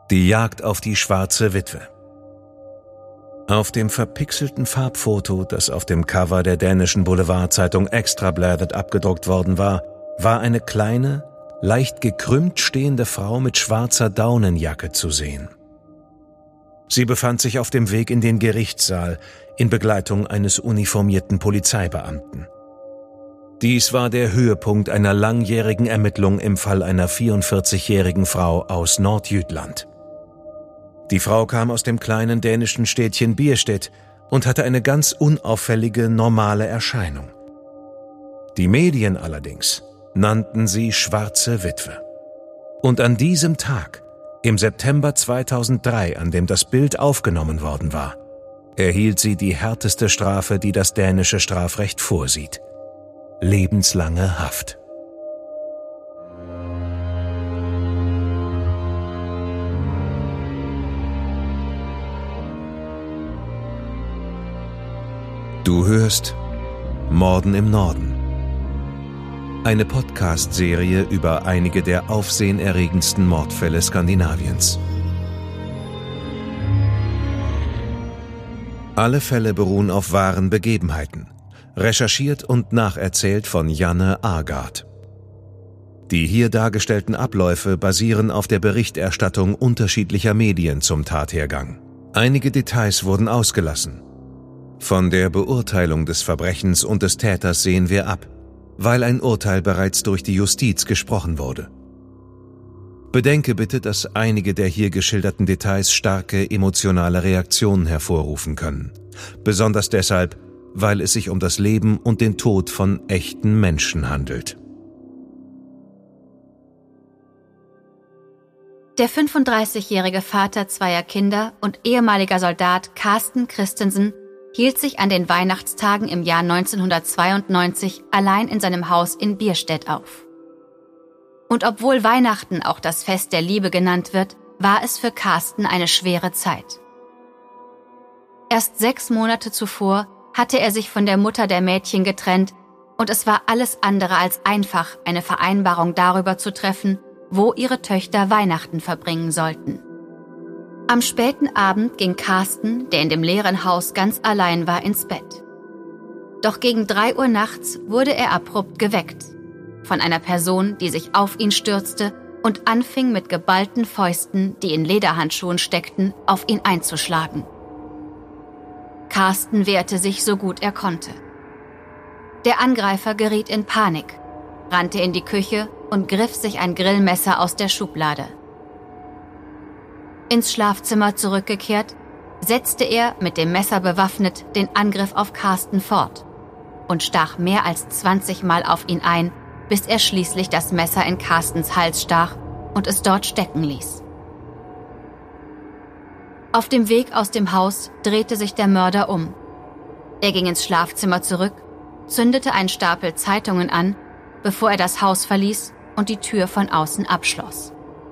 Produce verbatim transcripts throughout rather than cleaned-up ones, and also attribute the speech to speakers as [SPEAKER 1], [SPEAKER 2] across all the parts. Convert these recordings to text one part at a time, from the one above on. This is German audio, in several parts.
[SPEAKER 1] Die Jagd auf die schwarze Witwe. Auf dem verpixelten Farbfoto, das auf dem Cover der dänischen Boulevardzeitung Ekstrabladet abgedruckt worden war, war eine kleine, leicht gekrümmt stehende Frau mit schwarzer Daunenjacke zu sehen. Sie befand sich auf dem Weg in den Gerichtssaal in Begleitung eines uniformierten Polizeibeamten. Dies war der Höhepunkt einer langjährigen Ermittlung im Fall einer vierundvierzigjährigen Frau aus Nordjütland. Die Frau kam aus dem kleinen dänischen Städtchen Bierstedt und hatte eine ganz unauffällige, normale Erscheinung. Die Medien allerdings nannten sie Schwarze Witwe. Und an diesem Tag, im September zweitausenddrei, an dem das Bild aufgenommen worden war, erhielt sie die härteste Strafe, die das dänische Strafrecht vorsieht: lebenslange Haft. Du hörst Morden im Norden. Eine Podcast-Serie über einige der aufsehenerregendsten Mordfälle Skandinaviens. Alle Fälle beruhen auf wahren Begebenheiten, recherchiert und nacherzählt von Janne Aagaard. Die hier dargestellten Abläufe basieren auf der Berichterstattung unterschiedlicher Medien zum Tathergang. Einige Details wurden ausgelassen. Von der Beurteilung des Verbrechens und des Täters sehen wir ab, weil ein Urteil bereits durch die Justiz gesprochen wurde. Bedenke bitte, dass einige der hier geschilderten Details starke emotionale Reaktionen hervorrufen können. Besonders deshalb, weil es sich um das Leben und den Tod von echten Menschen handelt.
[SPEAKER 2] Der fünfunddreißigjährige Vater zweier Kinder und ehemaliger Soldat Carsten Christensen hielt sich an den Weihnachtstagen im Jahr neunzehnhundertzweiundneunzig allein in seinem Haus in Bierstedt auf. Und obwohl Weihnachten auch das Fest der Liebe genannt wird, war es für Carsten eine schwere Zeit. Erst sechs Monate zuvor hatte er sich von der Mutter der Mädchen getrennt und es war alles andere als einfach, eine Vereinbarung darüber zu treffen, wo ihre Töchter Weihnachten verbringen sollten. Am späten Abend ging Carsten, der in dem leeren Haus ganz allein war, ins Bett. Doch gegen drei Uhr nachts wurde er abrupt geweckt von einer Person, die sich auf ihn stürzte und anfing mit geballten Fäusten, die in Lederhandschuhen steckten, auf ihn einzuschlagen. Carsten wehrte sich so gut er konnte. Der Angreifer geriet in Panik, rannte in die Küche und griff sich ein Grillmesser aus der Schublade. Ins Schlafzimmer zurückgekehrt, setzte er, mit dem Messer bewaffnet, den Angriff auf Carsten fort und stach mehr als zwanzig Mal auf ihn ein, bis er schließlich das Messer in Carstens Hals stach und es dort stecken ließ. Auf dem Weg aus dem Haus drehte sich der Mörder um. Er ging ins Schlafzimmer zurück, zündete einen Stapel Zeitungen an, bevor er das Haus verließ und die Tür von außen abschloss.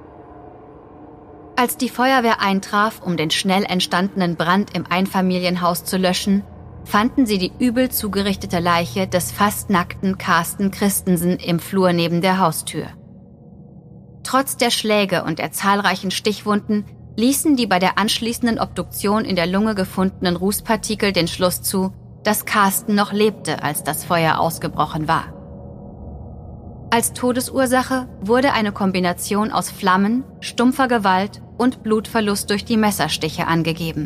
[SPEAKER 2] Als die Feuerwehr eintraf, um den schnell entstandenen Brand im Einfamilienhaus zu löschen, fanden sie die übel zugerichtete Leiche des fast nackten Carsten Christensen im Flur neben der Haustür. Trotz der Schläge und der zahlreichen Stichwunden ließen die bei der anschließenden Obduktion in der Lunge gefundenen Rußpartikel den Schluss zu, dass Carsten noch lebte, als das Feuer ausgebrochen war. Als Todesursache wurde eine Kombination aus Flammen, stumpfer Gewalt und Blutverlust durch die Messerstiche angegeben.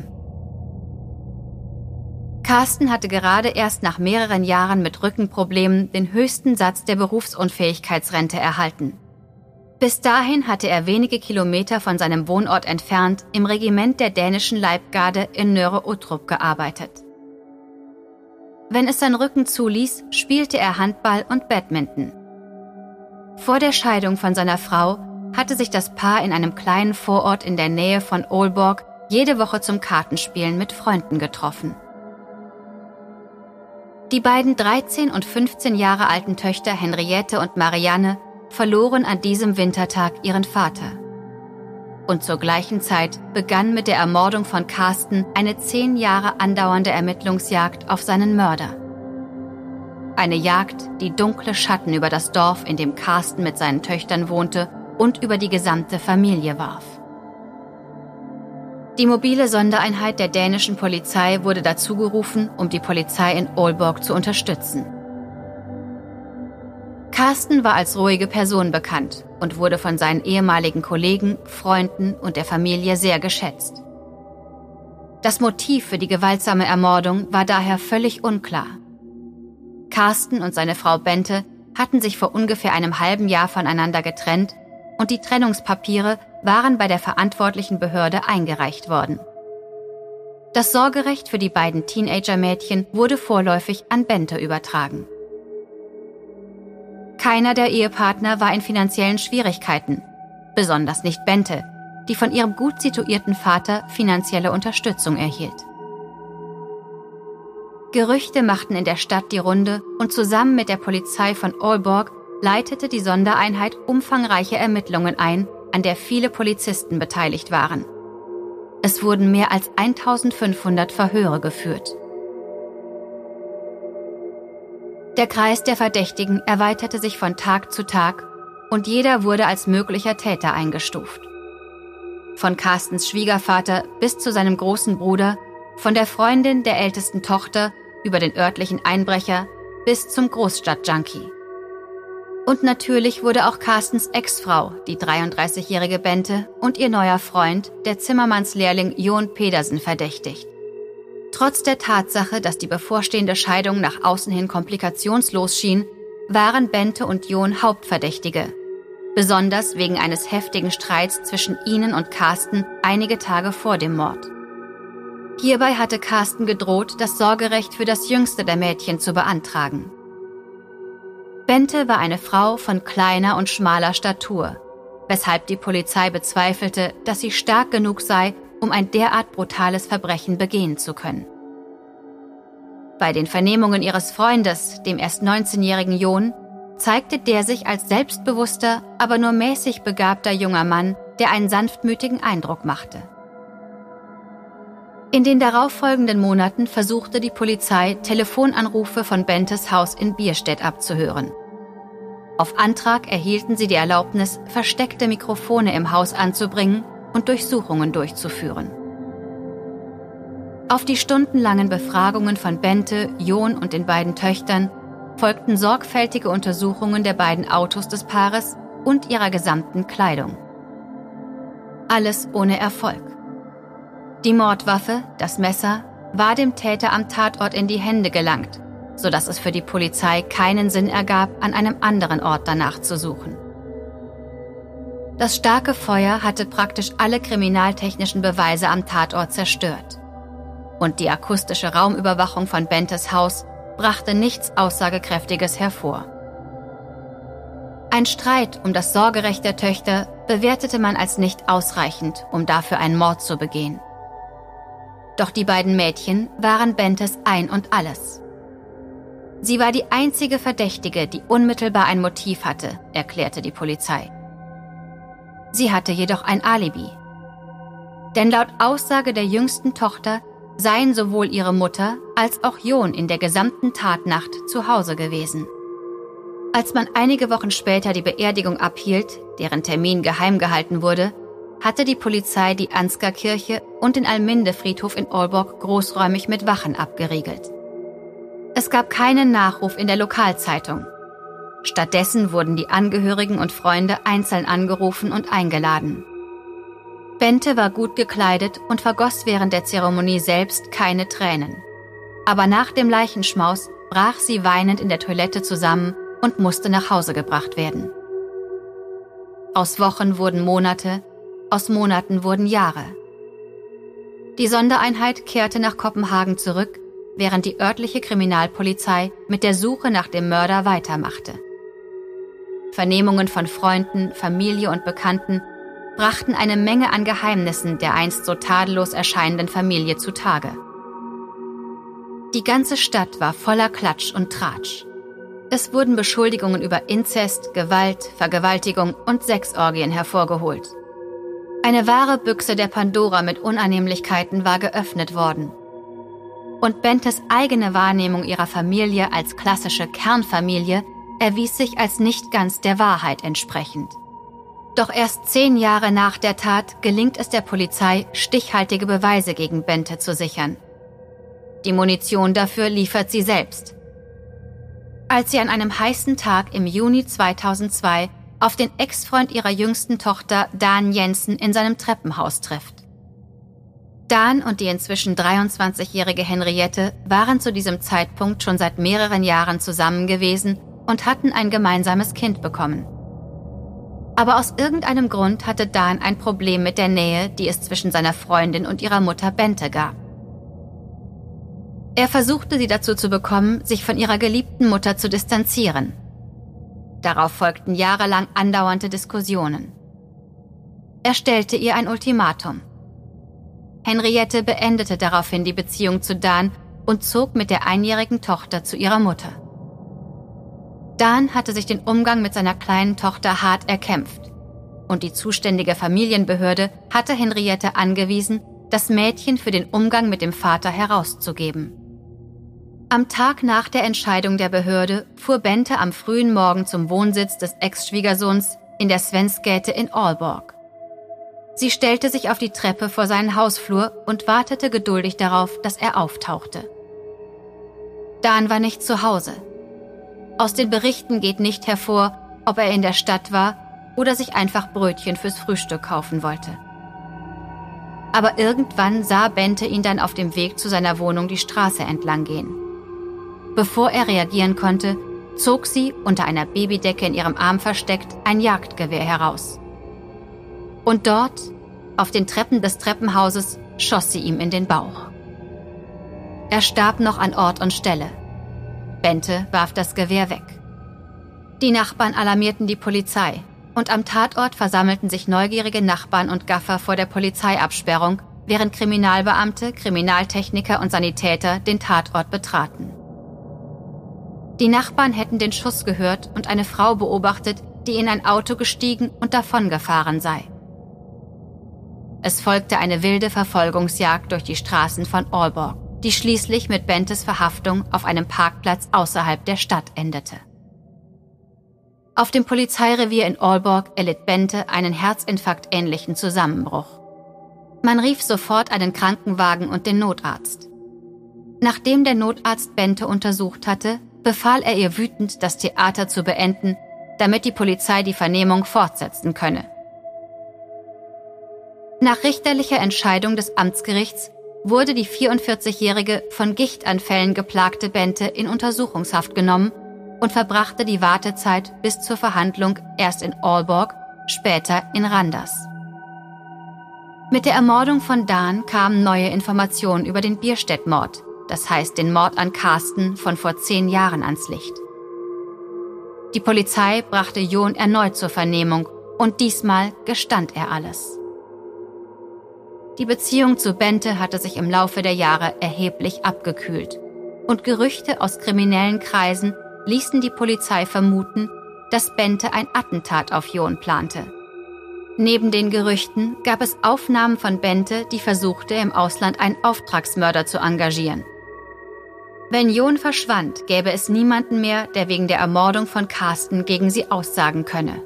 [SPEAKER 2] Carsten hatte gerade erst nach mehreren Jahren mit Rückenproblemen den höchsten Satz der Berufsunfähigkeitsrente erhalten. Bis dahin hatte er wenige Kilometer von seinem Wohnort entfernt im Regiment der dänischen Leibgarde in Nøre-Uttrup gearbeitet. Wenn es sein Rücken zuließ, spielte er Handball und Badminton. Vor der Scheidung von seiner Frau hatte sich das Paar in einem kleinen Vorort in der Nähe von Aalborg jede Woche zum Kartenspielen mit Freunden getroffen. Die beiden dreizehn und fünfzehn Jahre alten Töchter Henriette und Marianne verloren an diesem Wintertag ihren Vater. Und zur gleichen Zeit begann mit der Ermordung von Carsten eine zehn Jahre andauernde Ermittlungsjagd auf seinen Mörder. Eine Jagd, die dunkle Schatten über das Dorf, in dem Carsten mit seinen Töchtern wohnte, und über die gesamte Familie warf. Die mobile Sondereinheit der dänischen Polizei wurde dazu gerufen, um die Polizei in Aalborg zu unterstützen. Carsten war als ruhige Person bekannt und wurde von seinen ehemaligen Kollegen, Freunden und der Familie sehr geschätzt. Das Motiv für die gewaltsame Ermordung war daher völlig unklar. Carsten und seine Frau Bente hatten sich vor ungefähr einem halben Jahr voneinander getrennt und die Trennungspapiere waren bei der verantwortlichen Behörde eingereicht worden. Das Sorgerecht für die beiden Teenager-Mädchen wurde vorläufig an Bente übertragen. Keiner der Ehepartner war in finanziellen Schwierigkeiten, besonders nicht Bente, die von ihrem gut situierten Vater finanzielle Unterstützung erhielt. Gerüchte machten in der Stadt die Runde und zusammen mit der Polizei von Aalborg leitete die Sondereinheit umfangreiche Ermittlungen ein, an der viele Polizisten beteiligt waren. Es wurden mehr als eintausendfünfhundert Verhöre geführt. Der Kreis der Verdächtigen erweiterte sich von Tag zu Tag und jeder wurde als möglicher Täter eingestuft. Von Carstens Schwiegervater bis zu seinem großen Bruder, von der Freundin der ältesten Tochter über den örtlichen Einbrecher bis zum Großstadt-Junkie. Und natürlich wurde auch Carstens Ex-Frau, die dreiunddreißigjährige Bente, und ihr neuer Freund, der Zimmermannslehrling Jon Pedersen, verdächtigt. Trotz der Tatsache, dass die bevorstehende Scheidung nach außen hin komplikationslos schien, waren Bente und Jon Hauptverdächtige. Besonders wegen eines heftigen Streits zwischen ihnen und Carsten einige Tage vor dem Mord. Hierbei hatte Carsten gedroht, das Sorgerecht für das jüngste der Mädchen zu beantragen. Bente war eine Frau von kleiner und schmaler Statur, weshalb die Polizei bezweifelte, dass sie stark genug sei, um ein derart brutales Verbrechen begehen zu können. Bei den Vernehmungen ihres Freundes, dem erst neunzehnjährigen Jon, zeigte der sich als selbstbewusster, aber nur mäßig begabter junger Mann, der einen sanftmütigen Eindruck machte. In den darauffolgenden Monaten versuchte die Polizei, Telefonanrufe von Bentes Haus in Bierstedt abzuhören. Auf Antrag erhielten sie die Erlaubnis, versteckte Mikrofone im Haus anzubringen und Durchsuchungen durchzuführen. Auf die stundenlangen Befragungen von Bente, Jon und den beiden Töchtern folgten sorgfältige Untersuchungen der beiden Autos des Paares und ihrer gesamten Kleidung. Alles ohne Erfolg. Die Mordwaffe, das Messer, war dem Täter am Tatort in die Hände gelangt, sodass es für die Polizei keinen Sinn ergab, an einem anderen Ort danach zu suchen. Das starke Feuer hatte praktisch alle kriminaltechnischen Beweise am Tatort zerstört. Und die akustische Raumüberwachung von Bentes Haus brachte nichts Aussagekräftiges hervor. Ein Streit um das Sorgerecht der Töchter bewertete man als nicht ausreichend, um dafür einen Mord zu begehen. Doch die beiden Mädchen waren Bentes Ein und Alles. Sie war die einzige Verdächtige, die unmittelbar ein Motiv hatte, erklärte die Polizei. Sie hatte jedoch ein Alibi. Denn laut Aussage der jüngsten Tochter seien sowohl ihre Mutter als auch Jon in der gesamten Tatnacht zu Hause gewesen. Als man einige Wochen später die Beerdigung abhielt, deren Termin geheim gehalten wurde, hatte die Polizei die Ansgar-Kirche und den Alminde-Friedhof in Aalborg großräumig mit Wachen abgeriegelt. Es gab keinen Nachruf in der Lokalzeitung. Stattdessen wurden die Angehörigen und Freunde einzeln angerufen und eingeladen. Bente war gut gekleidet und vergoss während der Zeremonie selbst keine Tränen. Aber nach dem Leichenschmaus brach sie weinend in der Toilette zusammen und musste nach Hause gebracht werden. Aus Wochen wurden Monate, aus Monaten wurden Jahre. Die Sondereinheit kehrte nach Kopenhagen zurück, während die örtliche Kriminalpolizei mit der Suche nach dem Mörder weitermachte. Vernehmungen von Freunden, Familie und Bekannten brachten eine Menge an Geheimnissen der einst so tadellos erscheinenden Familie zutage. Die ganze Stadt war voller Klatsch und Tratsch. Es wurden Beschuldigungen über Inzest, Gewalt, Vergewaltigung und Sexorgien hervorgeholt. Eine wahre Büchse der Pandora mit Unannehmlichkeiten war geöffnet worden. Und Bentes eigene Wahrnehmung ihrer Familie als klassische Kernfamilie erwies sich als nicht ganz der Wahrheit entsprechend. Doch erst zehn Jahre nach der Tat gelingt es der Polizei, stichhaltige Beweise gegen Bente zu sichern. Die Munition dafür liefert sie selbst. Als sie an einem heißen Tag im Juni zweitausendzwei auf den Ex-Freund ihrer jüngsten Tochter Dan Jensen in seinem Treppenhaus trifft. Dan und die inzwischen dreiundzwanzigjährige Henriette waren zu diesem Zeitpunkt schon seit mehreren Jahren zusammen gewesen und hatten ein gemeinsames Kind bekommen. Aber aus irgendeinem Grund hatte Dan ein Problem mit der Nähe, die es zwischen seiner Freundin und ihrer Mutter Bente gab. Er versuchte, sie dazu zu bekommen, sich von ihrer geliebten Mutter zu distanzieren. Darauf folgten jahrelang andauernde Diskussionen. Er stellte ihr ein Ultimatum. Henriette beendete daraufhin die Beziehung zu Dan und zog mit der einjährigen Tochter zu ihrer Mutter. Dan hatte sich den Umgang mit seiner kleinen Tochter hart erkämpft und die zuständige Familienbehörde hatte Henriette angewiesen, das Mädchen für den Umgang mit dem Vater herauszugeben. Am Tag nach der Entscheidung der Behörde fuhr Bente am frühen Morgen zum Wohnsitz des Ex-Schwiegersohns in der Svensgate in Aalborg. Sie stellte sich auf die Treppe vor seinen Hausflur und wartete geduldig darauf, dass er auftauchte. Dan war nicht zu Hause. Aus den Berichten geht nicht hervor, ob er in der Stadt war oder sich einfach Brötchen fürs Frühstück kaufen wollte. Aber irgendwann sah Bente ihn dann auf dem Weg zu seiner Wohnung die Straße entlang gehen. Bevor er reagieren konnte, zog sie, unter einer Babydecke in ihrem Arm versteckt, ein Jagdgewehr heraus. Und dort, auf den Treppen des Treppenhauses, schoss sie ihm in den Bauch. Er starb noch an Ort und Stelle. Bente warf das Gewehr weg. Die Nachbarn alarmierten die Polizei und am Tatort versammelten sich neugierige Nachbarn und Gaffer vor der Polizeiabsperrung, während Kriminalbeamte, Kriminaltechniker und Sanitäter den Tatort betraten. Die Nachbarn hätten den Schuss gehört und eine Frau beobachtet, die in ein Auto gestiegen und davongefahren sei. Es folgte eine wilde Verfolgungsjagd durch die Straßen von Aalborg, die schließlich mit Bentes Verhaftung auf einem Parkplatz außerhalb der Stadt endete. Auf dem Polizeirevier in Aalborg erlitt Bente einen Herzinfarkt-ähnlichen Zusammenbruch. Man rief sofort einen Krankenwagen und den Notarzt. Nachdem der Notarzt Bente untersucht hatte, befahl er ihr wütend, das Theater zu beenden, damit die Polizei die Vernehmung fortsetzen könne. Nach richterlicher Entscheidung des Amtsgerichts wurde die vierundvierzigjährige von Gichtanfällen geplagte Bente in Untersuchungshaft genommen und verbrachte die Wartezeit bis zur Verhandlung erst in Aalborg, später in Randers. Mit der Ermordung von Dan kamen neue Informationen über den Bierstedt-Mord, das heißt den Mord an Carsten von vor zehn Jahren ans Licht. Die Polizei brachte Jon erneut zur Vernehmung und diesmal gestand er alles. Die Beziehung zu Bente hatte sich im Laufe der Jahre erheblich abgekühlt und Gerüchte aus kriminellen Kreisen ließen die Polizei vermuten, dass Bente ein Attentat auf Jon plante. Neben den Gerüchten gab es Aufnahmen von Bente, die versuchte, im Ausland einen Auftragsmörder zu engagieren. Wenn Jon verschwand, gäbe es niemanden mehr, der wegen der Ermordung von Carsten gegen sie aussagen könne.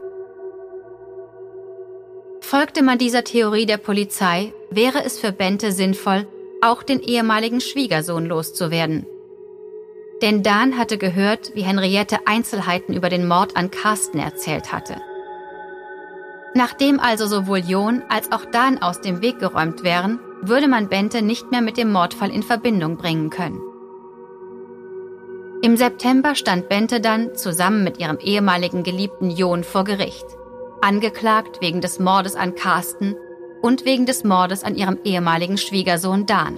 [SPEAKER 2] Folgte man dieser Theorie der Polizei, wäre es für Bente sinnvoll, auch den ehemaligen Schwiegersohn loszuwerden. Denn Dan hatte gehört, wie Henriette Einzelheiten über den Mord an Carsten erzählt hatte. Nachdem also sowohl Jon als auch Dan aus dem Weg geräumt wären, würde man Bente nicht mehr mit dem Mordfall in Verbindung bringen können. Im September stand Bente dann zusammen mit ihrem ehemaligen Geliebten Jon vor Gericht, angeklagt wegen des Mordes an Carsten und wegen des Mordes an ihrem ehemaligen Schwiegersohn Dan.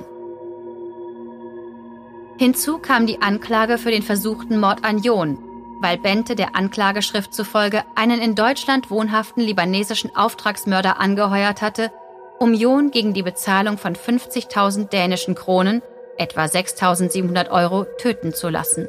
[SPEAKER 2] Hinzu kam die Anklage für den versuchten Mord an Jon, weil Bente der Anklageschrift zufolge einen in Deutschland wohnhaften libanesischen Auftragsmörder angeheuert hatte, um Jon gegen die Bezahlung von fünfzigtausend dänischen Kronen, etwa sechstausendsiebenhundert Euro, töten zu lassen.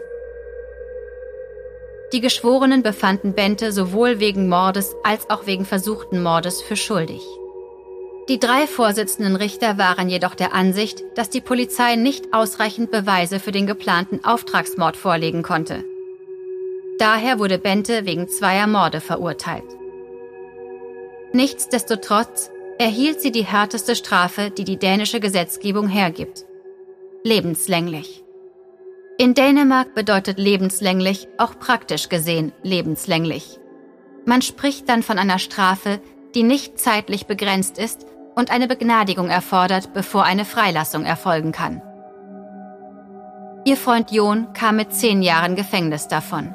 [SPEAKER 2] Die Geschworenen befanden Bente sowohl wegen Mordes als auch wegen versuchten Mordes für schuldig. Die drei vorsitzenden Richter waren jedoch der Ansicht, dass die Polizei nicht ausreichend Beweise für den geplanten Auftragsmord vorlegen konnte. Daher wurde Bente wegen zweier Morde verurteilt. Nichtsdestotrotz erhielt sie die härteste Strafe, die die dänische Gesetzgebung hergibt: lebenslänglich. In Dänemark bedeutet lebenslänglich auch praktisch gesehen lebenslänglich. Man spricht dann von einer Strafe, die nicht zeitlich begrenzt ist und eine Begnadigung erfordert, bevor eine Freilassung erfolgen kann. Ihr Freund Jon kam mit zehn Jahren Gefängnis davon.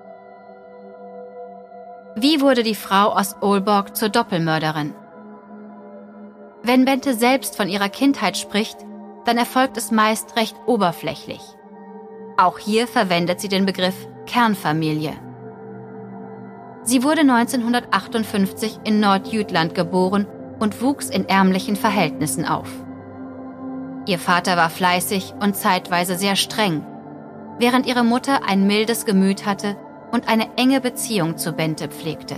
[SPEAKER 2] Wie wurde die Frau aus Aalborg zur Doppelmörderin? Wenn Bente selbst von ihrer Kindheit spricht, dann erfolgt es meist recht oberflächlich. Auch hier verwendet sie den Begriff Kernfamilie. Sie wurde neunzehnhundertachtundfünfzig in Nordjütland geboren und wuchs in ärmlichen Verhältnissen auf. Ihr Vater war fleißig und zeitweise sehr streng, während ihre Mutter ein mildes Gemüt hatte und eine enge Beziehung zu Bente pflegte.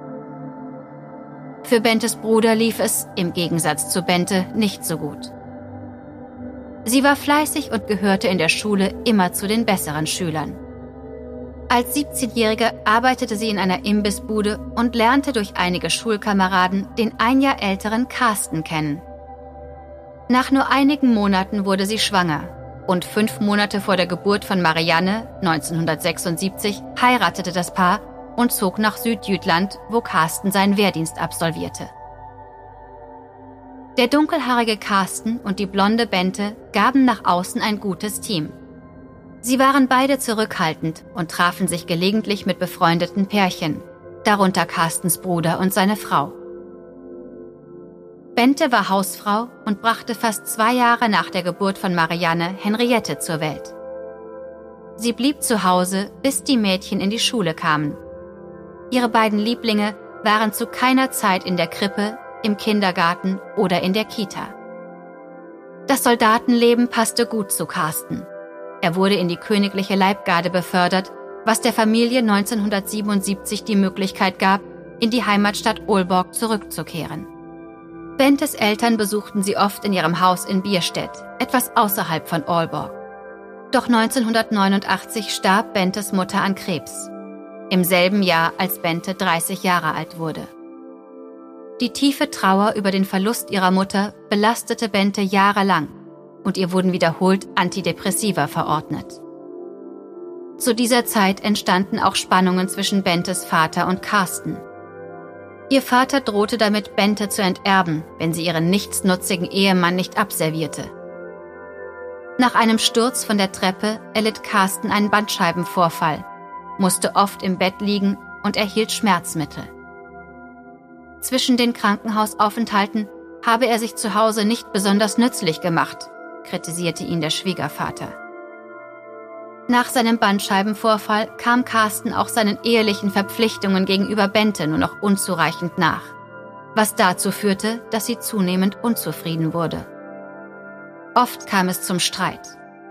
[SPEAKER 2] Für Bentes Bruder lief es, im Gegensatz zu Bente, nicht so gut. Sie war fleißig und gehörte in der Schule immer zu den besseren Schülern. Als siebzehnjährige arbeitete sie in einer Imbissbude und lernte durch einige Schulkameraden den ein Jahr älteren Carsten kennen. Nach nur einigen Monaten wurde sie schwanger und fünf Monate vor der Geburt von Marianne, neunzehnhundertsechsundsiebzig, heiratete das Paar und zog nach Südjütland, wo Carsten seinen Wehrdienst absolvierte. Der dunkelhaarige Carsten und die blonde Bente gaben nach außen ein gutes Team. Sie waren beide zurückhaltend und trafen sich gelegentlich mit befreundeten Pärchen, darunter Carstens Bruder und seine Frau. Bente war Hausfrau und brachte fast zwei Jahre nach der Geburt von Marianne Henriette zur Welt. Sie blieb zu Hause, bis die Mädchen in die Schule kamen. Ihre beiden Lieblinge waren zu keiner Zeit in der Krippe, im Kindergarten oder in der Kita. Das Soldatenleben passte gut zu Carsten. Er wurde in die königliche Leibgarde befördert, was der Familie neunzehnhundertsiebenundsiebzig die Möglichkeit gab, in die Heimatstadt Aalborg zurückzukehren. Bentes Eltern besuchten sie oft in ihrem Haus in Bierstedt, etwas außerhalb von Aalborg. Doch neunzehnhundertneunundachtzig starb Bentes Mutter an Krebs, im selben Jahr, als Bente dreißig Jahre alt wurde. Die tiefe Trauer über den Verlust ihrer Mutter belastete Bente jahrelang und ihr wurden wiederholt Antidepressiva verordnet. Zu dieser Zeit entstanden auch Spannungen zwischen Bentes Vater und Carsten. Ihr Vater drohte damit, Bente zu enterben, wenn sie ihren nichtsnutzigen Ehemann nicht abservierte. Nach einem Sturz von der Treppe erlitt Carsten einen Bandscheibenvorfall, musste oft im Bett liegen und erhielt Schmerzmittel. Zwischen den Krankenhausaufenthalten habe er sich zu Hause nicht besonders nützlich gemacht, kritisierte ihn der Schwiegervater. Nach seinem Bandscheibenvorfall kam Carsten auch seinen ehelichen Verpflichtungen gegenüber Bente nur noch unzureichend nach, was dazu führte, dass sie zunehmend unzufrieden wurde. Oft kam es zum Streit.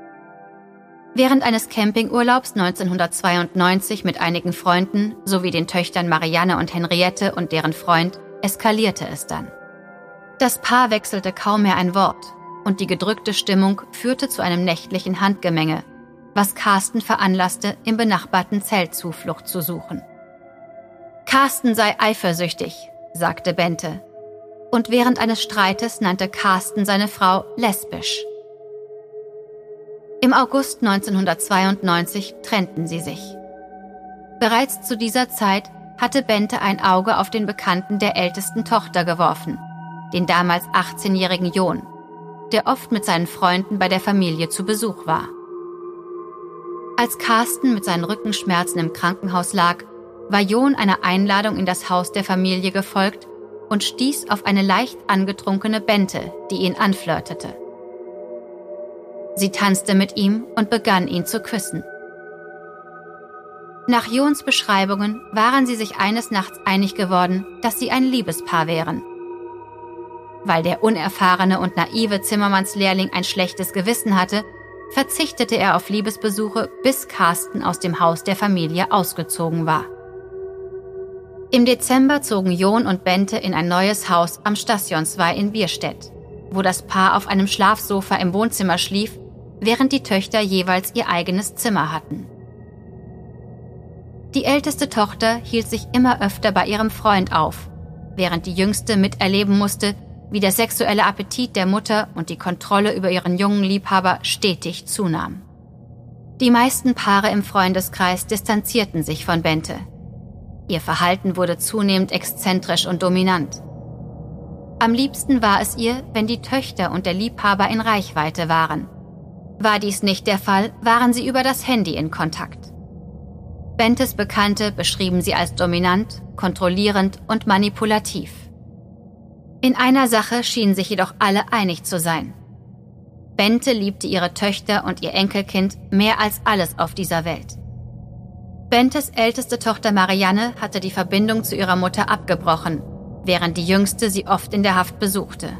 [SPEAKER 2] Während eines Campingurlaubs neunzehnhundertzweiundneunzig mit einigen Freunden sowie den Töchtern Marianne und Henriette und deren Freund eskalierte es dann. Das Paar wechselte kaum mehr ein Wort und die gedrückte Stimmung führte zu einem nächtlichen Handgemenge, was Carsten veranlasste, im benachbarten Zelt Zuflucht zu suchen. Carsten sei eifersüchtig, sagte Bente. Und während eines Streites nannte Carsten seine Frau lesbisch. Im August neunzehnhundertzweiundneunzig trennten sie sich. Bereits zu dieser Zeit hatte Bente ein Auge auf den Bekannten der ältesten Tochter geworfen, den damals achtzehnjährigen Jon, der oft mit seinen Freunden bei der Familie zu Besuch war. Als Carsten mit seinen Rückenschmerzen im Krankenhaus lag, war Jon einer Einladung in das Haus der Familie gefolgt und stieß auf eine leicht angetrunkene Bente, die ihn anflirtete. Sie tanzte mit ihm und begann, ihn zu küssen. Nach Jons Beschreibungen waren sie sich eines Nachts einig geworden, dass sie ein Liebespaar wären. Weil der unerfahrene und naive Zimmermannslehrling ein schlechtes Gewissen hatte, verzichtete er auf Liebesbesuche, bis Carsten aus dem Haus der Familie ausgezogen war. Im Dezember zogen Jon und Bente in ein neues Haus am Stationsvej in Bierstedt, wo das Paar auf einem Schlafsofa im Wohnzimmer schlief, während die Töchter jeweils ihr eigenes Zimmer hatten. Die älteste Tochter hielt sich immer öfter bei ihrem Freund auf, während die Jüngste miterleben musste, wie der sexuelle Appetit der Mutter und die Kontrolle über ihren jungen Liebhaber stetig zunahm. Die meisten Paare im Freundeskreis distanzierten sich von Bente. Ihr Verhalten wurde zunehmend exzentrisch und dominant. Am liebsten war es ihr, wenn die Töchter und der Liebhaber in Reichweite waren. War dies nicht der Fall, waren sie über das Handy in Kontakt. Bentes Bekannte beschrieben sie als dominant, kontrollierend und manipulativ. In einer Sache schienen sich jedoch alle einig zu sein. Bente liebte ihre Töchter und ihr Enkelkind mehr als alles auf dieser Welt. Bentes älteste Tochter Marianne hatte die Verbindung zu ihrer Mutter abgebrochen, während die Jüngste sie oft in der Haft besuchte.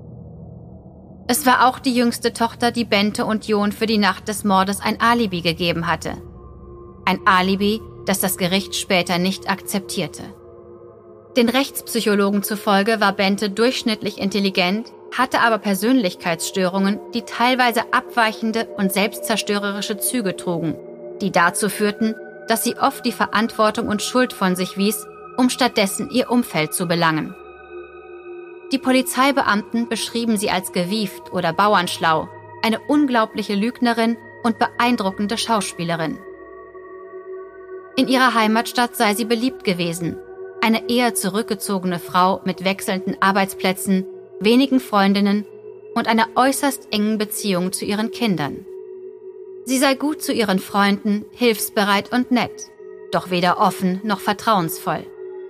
[SPEAKER 2] Es war auch die jüngste Tochter, die Bente und Jon für die Nacht des Mordes ein Alibi gegeben hatte. Ein Alibi, das das Gericht später nicht akzeptierte. Den Rechtspsychologen zufolge war Bente durchschnittlich intelligent, hatte aber Persönlichkeitsstörungen, die teilweise abweichende und selbstzerstörerische Züge trugen, die dazu führten, dass sie oft die Verantwortung und Schuld von sich wies, um stattdessen ihr Umfeld zu belangen. Die Polizeibeamten beschrieben sie als gewieft oder bauernschlau, eine unglaubliche Lügnerin und beeindruckende Schauspielerin. In ihrer Heimatstadt sei sie beliebt gewesen, eine eher zurückgezogene Frau mit wechselnden Arbeitsplätzen, wenigen Freundinnen und einer äußerst engen Beziehung zu ihren Kindern. Sie sei gut zu ihren Freunden, hilfsbereit und nett, doch weder offen noch vertrauensvoll.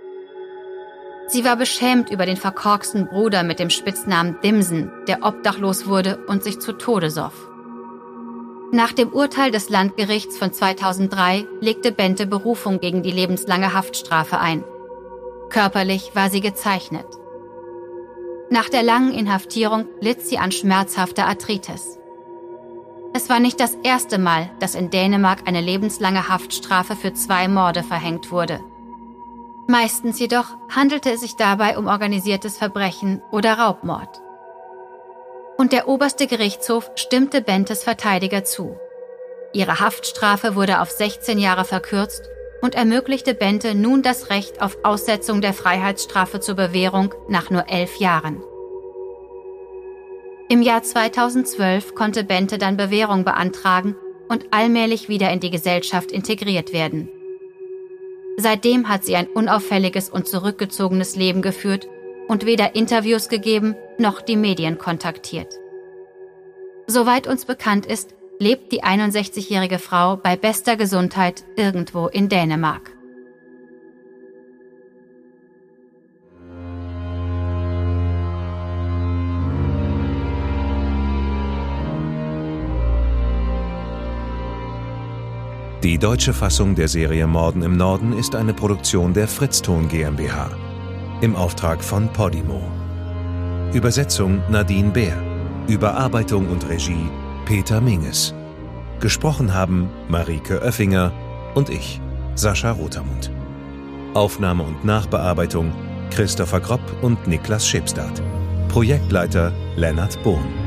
[SPEAKER 2] Sie war beschämt über den verkorksten Bruder mit dem Spitznamen Dimsen, der obdachlos wurde und sich zu Tode soff. Nach dem Urteil des Landgerichts von zweitausenddrei legte Bente Berufung gegen die lebenslange Haftstrafe ein. Körperlich war sie gezeichnet. Nach der langen Inhaftierung litt sie an schmerzhafter Arthritis. Es war nicht das erste Mal, dass in Dänemark eine lebenslange Haftstrafe für zwei Morde verhängt wurde. Meistens jedoch handelte es sich dabei um organisiertes Verbrechen oder Raubmord. Und der oberste Gerichtshof stimmte Bentes Verteidiger zu. Ihre Haftstrafe wurde auf sechzehn Jahre verkürzt und ermöglichte Bente nun das Recht auf Aussetzung der Freiheitsstrafe zur Bewährung nach nur elf Jahren. Im Jahr zweitausendzwölf konnte Bente dann Bewährung beantragen und allmählich wieder in die Gesellschaft integriert werden. Seitdem hat sie ein unauffälliges und zurückgezogenes Leben geführt und weder Interviews gegeben noch die Medien kontaktiert. Soweit uns bekannt ist, lebt die einundsechzigjährige Frau bei bester Gesundheit irgendwo in Dänemark.
[SPEAKER 1] Die deutsche Fassung der Serie Morden im Norden ist eine Produktion der Fritzton GmbH im Auftrag von Podimo. Übersetzung Nadine Bär, Überarbeitung und Regie Peter Minges. Gesprochen haben Marike Oeffinger und ich, Sascha Rotermund. Aufnahme und Nachbearbeitung Christopher Gropp und Niklas Schipstadt. Projektleiter Lennart Bohn.